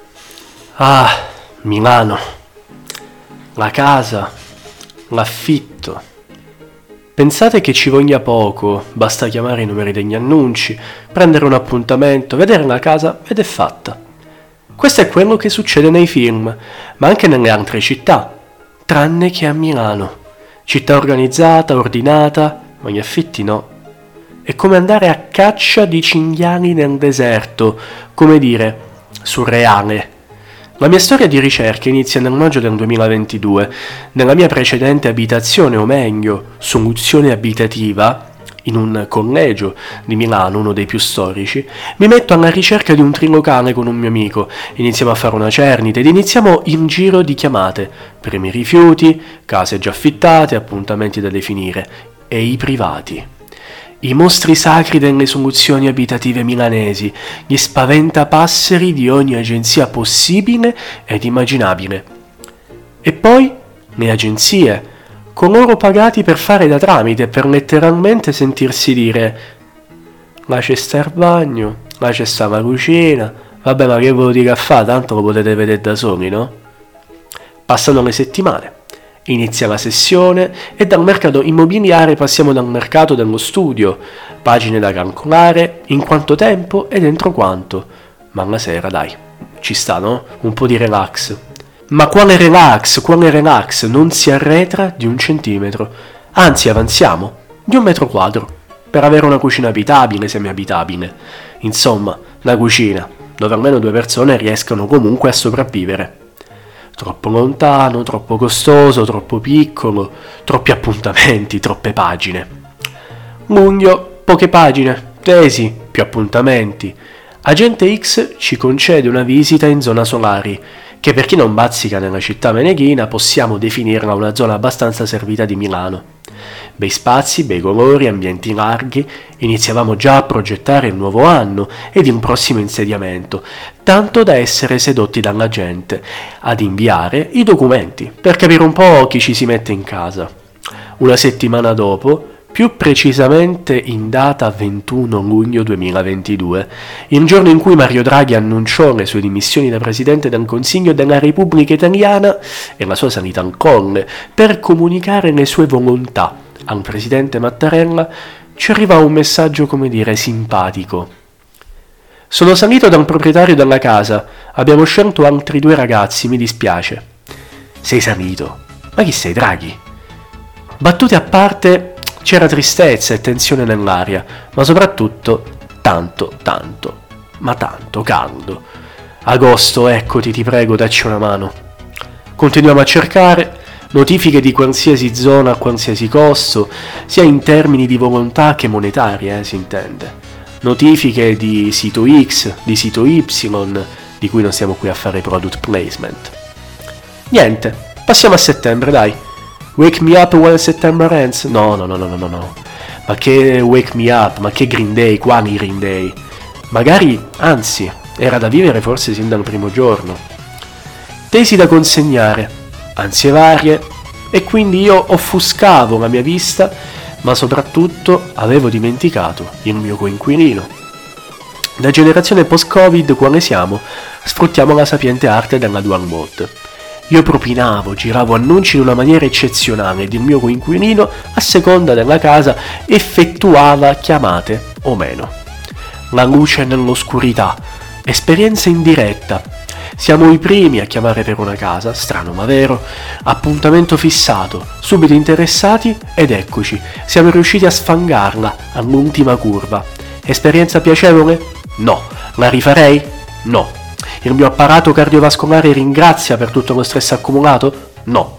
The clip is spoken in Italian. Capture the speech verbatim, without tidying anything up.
Ah, Milano, la casa, l'affitto. Pensate che ci voglia poco, basta chiamare i numeri degli annunci, prendere un appuntamento, vedere la casa ed è fatta. Questo è quello che succede nei film, ma anche nelle altre città, tranne che a Milano. Città organizzata, ordinata, ma gli affitti no. È come andare a caccia di cinghiali nel deserto, come dire, surreale. La mia storia di ricerca inizia nel maggio del duemilaventidue. Nella mia precedente abitazione, o meglio, soluzione abitativa, in un collegio di Milano, uno dei più storici, mi metto alla ricerca di un trilocale con un mio amico. Iniziamo a fare una cernita ed iniziamo il giro di chiamate. Primi rifiuti, case già affittate, appuntamenti da definire. E i privati. I mostri sacri delle soluzioni abitative milanesi, gli spaventapasseri di ogni agenzia possibile ed immaginabile. E poi le agenzie, coloro pagati per fare da tramite, per letteralmente sentirsi dire: là c'è sta il bagno, là c'è sta la cucina, vabbè, ma che ve lo dica a fa, tanto lo potete vedere da soli, no? Passano le settimane. Inizia la sessione e dal mercato immobiliare passiamo dal mercato dello studio, pagine da calcolare, in quanto tempo e dentro quanto. Ma la sera, dai, ci sta, no? Un po' di relax. Ma quale relax, quale relax? Non si arretra di un centimetro, anzi avanziamo di un metro quadro, per avere una cucina abitabile, semi-abitabile. Insomma, la cucina, dove almeno due persone riescano comunque a sopravvivere. Troppo lontano, troppo costoso, troppo piccolo, troppi appuntamenti, troppe pagine. Luglio, poche pagine, tesi, più appuntamenti. Agente X ci concede una visita in zona Solari, che per chi non bazzica nella città meneghina possiamo definirla una zona abbastanza servita di Milano. Bei spazi, bei colori, ambienti larghi, iniziavamo già a progettare il nuovo anno ed il prossimo insediamento, tanto da essere sedotti dalla gente, ad inviare i documenti per capire un po' chi ci si mette in casa. Una settimana dopo, più precisamente in data ventuno luglio duemilaventidue, il giorno in cui Mario Draghi annunciò le sue dimissioni da Presidente del Consiglio della Repubblica Italiana e la sua salita al Colle per comunicare le sue volontà al Presidente Mattarella, ci arriva un messaggio, come dire, simpatico. Sono salito dal proprietario della casa, abbiamo scelto altri due ragazzi, mi dispiace. Sei salito? Ma chi sei, Draghi? Battute a parte, c'era tristezza e tensione nell'aria, ma soprattutto tanto, tanto, ma tanto caldo. Agosto, eccoti, ti prego, dacci una mano. Continuiamo a cercare notifiche di qualsiasi zona a qualsiasi costo, sia in termini di volontà che monetarie, eh, si intende. Notifiche di sito X, di sito Y, di cui non stiamo qui a fare product placement. Niente, passiamo a settembre, dai. Wake me up when September ends? No, no, no, no, no, no. Ma che wake me up? Ma che Green Day? Quali Green Day? Magari, anzi, era da vivere forse sin dal primo giorno. Tesi da consegnare, ansie varie, e quindi io offuscavo la mia vista, ma soprattutto avevo dimenticato il mio coinquilino. Da generazione post-Covid, quale siamo, sfruttiamo la sapiente arte della dual mode. Io propinavo, giravo annunci in una maniera eccezionale ed il mio coinquilino, a seconda della casa, effettuava chiamate o meno. La luce nell'oscurità, esperienza in diretta. Siamo i primi a chiamare per una casa, strano ma vero, appuntamento fissato, subito interessati ed eccoci, siamo riusciti a sfangarla all'ultima curva. Esperienza piacevole? No. La rifarei? No. Il mio apparato cardiovascolare ringrazia per tutto lo stress accumulato? No.